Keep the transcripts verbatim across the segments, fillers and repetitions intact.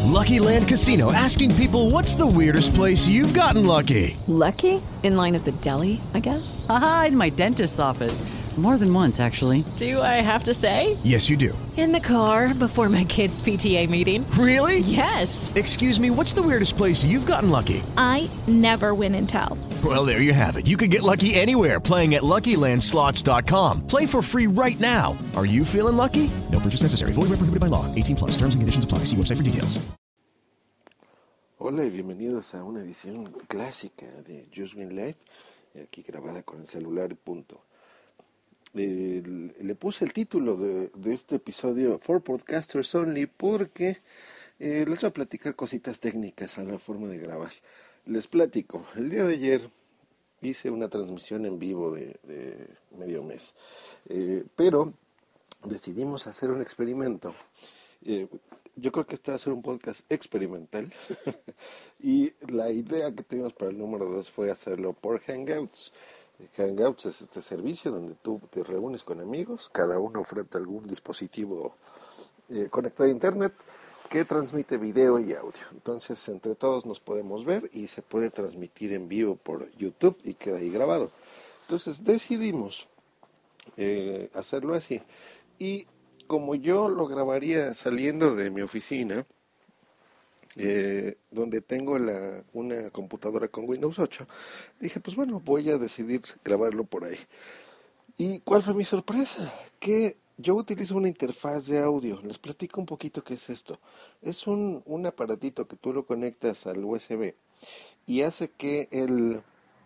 Lucky Land Casino, asking people, what's the weirdest place you've gotten lucky? Lucky? In line at the deli, I guess? Aha, in my dentist's office. More than once, actually. Do I have to say? Yes, you do. In the car before my kids' P T A meeting. Really? Yes. Excuse me, what's the weirdest place you've gotten lucky? I never win and tell. Well, there you have it. You can get lucky anywhere, playing at Lucky Land Slots dot com. Play for free right now. Are you feeling lucky? No purchase necessary. Void where prohibited by law. eighteen plus. Terms and conditions apply. See website for details. Hola y bienvenidos a una edición clásica de Just Win Life, aquí grabada con el celular y punto. Eh, le puse el título de, de este episodio For Podcasters Only porque eh, les voy a platicar cositas técnicas a la forma de grabar. Les platico, el día de ayer hice una transmisión en vivo de, de medio mes, eh, pero decidimos hacer un experimento. Eh, yo creo que este va a ser un podcast experimental y la idea que tuvimos para el número dos fue hacerlo por Hangouts. Hangouts es este servicio donde tú te reúnes con amigos, cada uno frente a algún dispositivo eh, conectado a internet que transmite video y audio. Entonces entre todos nos podemos ver y se puede transmitir en vivo por YouTube y queda ahí grabado. Entonces decidimos eh, hacerlo así. Y como yo lo grabaría saliendo de mi oficina, Eh, donde tengo la, una computadora con Windows ocho, dije, pues bueno, voy a decidir grabarlo por ahí. ¿Y cuál fue mi sorpresa? Que yo utilizo una interfaz de audio. Les platico un poquito qué es esto. Es un, un aparatito que tú lo conectas al U S B y hace que el,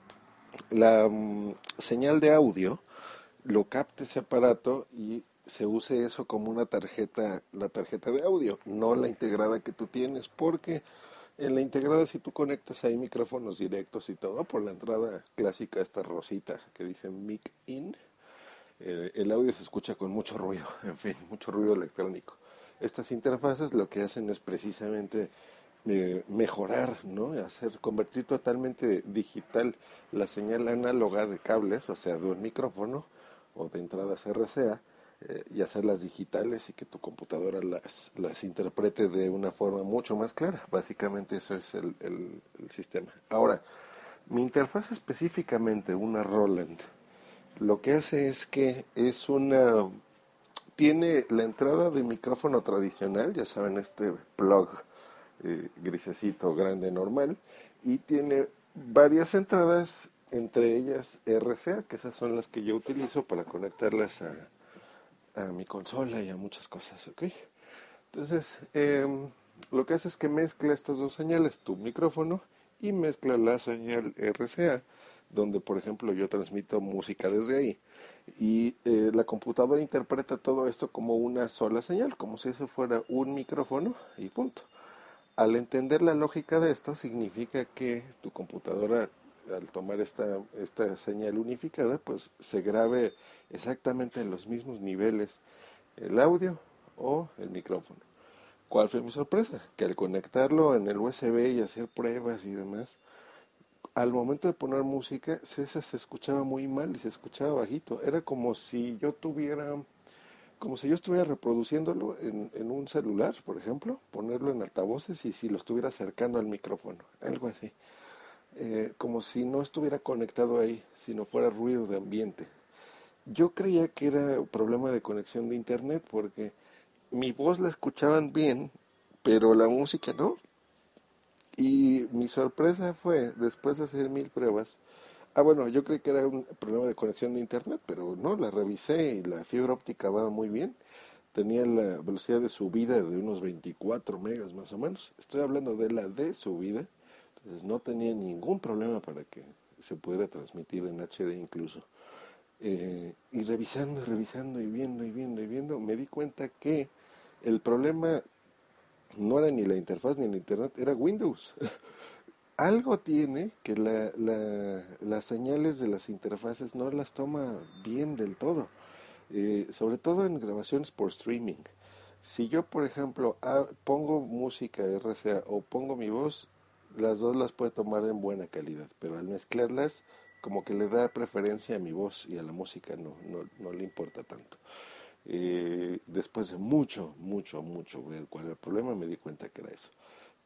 la um, señal de audio lo capte ese aparato y se use eso como una tarjeta, la tarjeta de audio, no la integrada que tú tienes, porque en la integrada si tú conectas ahí micrófonos directos y todo, por la entrada clásica esta rosita que dice mic in, eh, el audio se escucha con mucho ruido, en fin, mucho ruido electrónico. Estas interfaces lo que hacen es precisamente eh, mejorar, ¿no? Hacer, convertir totalmente digital la señal análoga de cables, o sea, de un micrófono o de entradas R C A, Eh, y hacerlas digitales y que tu computadora las, las interprete de una forma mucho más clara. Básicamente eso es el, el, el sistema. Ahora, mi interfaz específicamente, una Roland, lo que hace es que es una... tiene la entrada de micrófono tradicional, ya saben, este plug eh, grisecito grande normal, y tiene varias entradas, entre ellas R C A, que esas son las que yo utilizo para conectarlas a a mi consola y a muchas cosas, ¿ok? Entonces, eh, lo que hace es que mezcla estas dos señales, tu micrófono, y mezcla la señal R C A, donde, por ejemplo, yo transmito música desde ahí. Y eh, la computadora interpreta todo esto como una sola señal, como si eso fuera un micrófono, y punto. Al entender la lógica de esto, significa que tu computadora, al tomar esta, esta señal unificada, pues se grabe exactamente en los mismos niveles el audio o el micrófono. ¿Cuál fue mi sorpresa? Que al conectarlo en el U S B y hacer pruebas y demás, al momento de poner música, César se escuchaba muy mal y se escuchaba bajito. Era como si yo tuviera, como si yo estuviera reproduciéndolo en, en un celular, por ejemplo, ponerlo en altavoces y si lo estuviera acercando al micrófono, algo así. Eh, como si no estuviera conectado ahí, si no fuera ruido de ambiente. Yo creía que era un problema de conexión de internet porque mi voz la escuchaban bien, pero la música no. Y mi sorpresa fue, después de hacer mil pruebas, ah bueno, yo creí que era un problema de conexión de internet, pero no, la revisé y la fibra óptica va muy bien. Tenía la velocidad de subida de unos veinticuatro megas más o menos. Estoy hablando de la de subida. Entonces no tenía ningún problema para que se pudiera transmitir en H D incluso. Eh, y revisando, revisando y viendo y viendo y viendo, me di cuenta que el problema no era ni la interfaz ni el internet, era Windows. Algo tiene que la, la, las señales de las interfaces no las toma bien del todo. Eh, sobre todo en grabaciones por streaming. Si yo, por ejemplo, ah, pongo música R C A o pongo mi voz, las dos las puede tomar en buena calidad, pero al mezclarlas como que le da preferencia a mi voz y a la música no, no, no le importa tanto. Eh, después de mucho, mucho, mucho ver cuál era el problema, me di cuenta que era eso.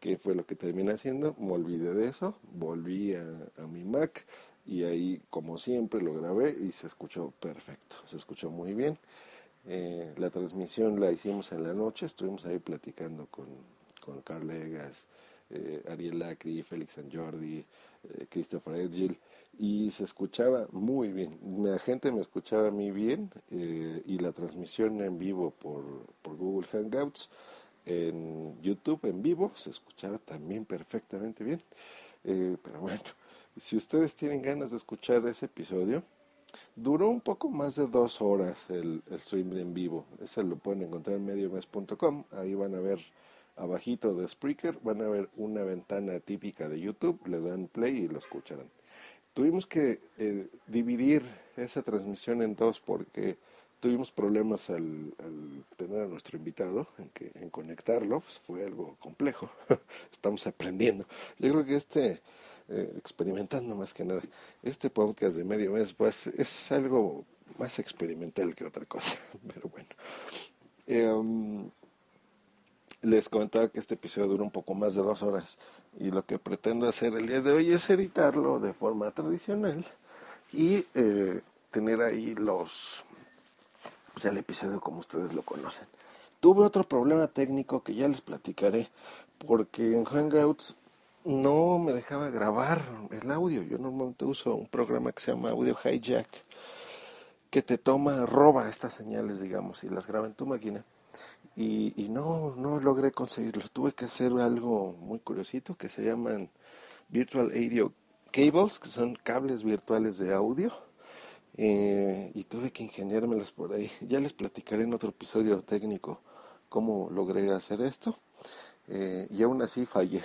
¿Qué fue lo que terminé haciendo? Me olvidé de eso, volví a, a mi Mac y ahí, como siempre, lo grabé y se escuchó perfecto, se escuchó muy bien. Eh, la transmisión la hicimos en la noche, estuvimos ahí platicando con, con Carl Egas, eh, Ariel Lacri, Félix San Jordi, eh, Christopher Edgil, y se escuchaba muy bien. La gente me escuchaba a mí bien, eh, y la transmisión en vivo por, por Google Hangouts en YouTube en vivo se escuchaba también perfectamente bien. Eh, pero bueno, si ustedes tienen ganas de escuchar ese episodio, duró un poco más de dos horas el, el stream de en vivo. Ese lo pueden encontrar en mediomes punto com. Ahí van a ver abajito de Spreaker, van a ver una ventana típica de YouTube, le dan play y lo escucharán. Tuvimos que eh, dividir esa transmisión en dos porque tuvimos problemas al, al tener a nuestro invitado, en, que, en conectarlo, pues fue algo complejo. Estamos aprendiendo. Yo creo que este, eh, experimentando más que nada, este podcast de medio mes, pues es algo más experimental que otra cosa. Pero bueno. Eh, um, les comentaba que este episodio dura un poco más de dos horas y lo que pretendo hacer el día de hoy es editarlo de forma tradicional y eh, tener ahí los... pues el episodio como ustedes lo conocen. Tuve otro problema técnico que ya les platicaré, porque en Hangouts no me dejaba grabar el audio. Yo normalmente uso un programa que se llama Audio Hijack, que te toma, roba estas señales, digamos, y las graba en tu máquina. Y, y no, no logré conseguirlo. Tuve que hacer algo muy curiosito que se llaman Virtual Audio Cables, que son cables virtuales de audio. Eh, y tuve que ingeniármelas por ahí. Ya les platicaré en otro episodio técnico cómo logré hacer esto, eh, y aún así fallé.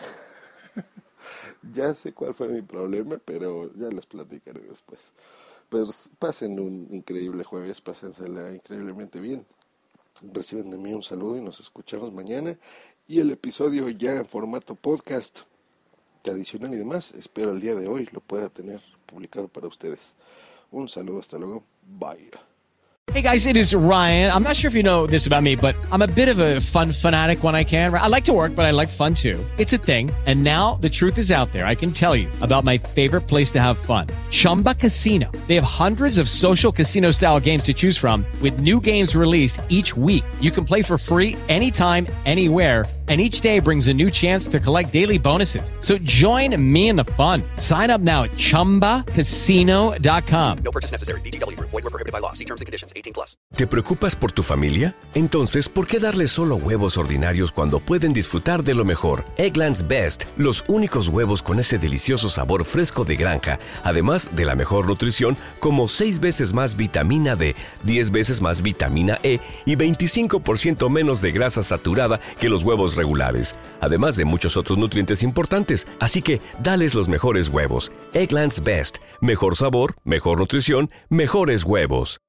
Ya sé cuál fue mi problema, pero ya les platicaré después. Pues pasen un increíble jueves, pásensela increíblemente bien, reciben de mí un saludo y nos escuchamos mañana, y el episodio ya en formato podcast tradicional y demás, espero el día de hoy lo pueda tener publicado para ustedes. Un saludo, hasta luego, bye. Hey guys, it is Ryan. I'm not sure if you know this about me, but I'm a bit of a fun fanatic when I can. I like to work, but I like fun too. It's a thing. And now the truth is out there. I can tell you about my favorite place to have fun. Chumba Casino. They have hundreds of social casino style games to choose from with new games released each week. You can play for free anytime, anywhere. And each day brings a new chance to collect daily bonuses. So join me in the fun. Sign up now at chumba casino dot com. No purchase necessary. V G W Group. Void where prohibited by law. See terms and conditions. eighteen plus. ¿Te preocupas por tu familia? Entonces, ¿por qué darles solo huevos ordinarios cuando pueden disfrutar de lo mejor? Eggland's Best, los únicos huevos con ese delicioso sabor fresco de granja, además de la mejor nutrición, como seis veces más vitamina D, diez veces más vitamina E y veinticinco por ciento menos de grasa saturada que los huevos regulares, además de muchos otros nutrientes importantes. Así que, dales los mejores huevos. Eggland's Best, mejor sabor, mejor nutrición, mejores huevos.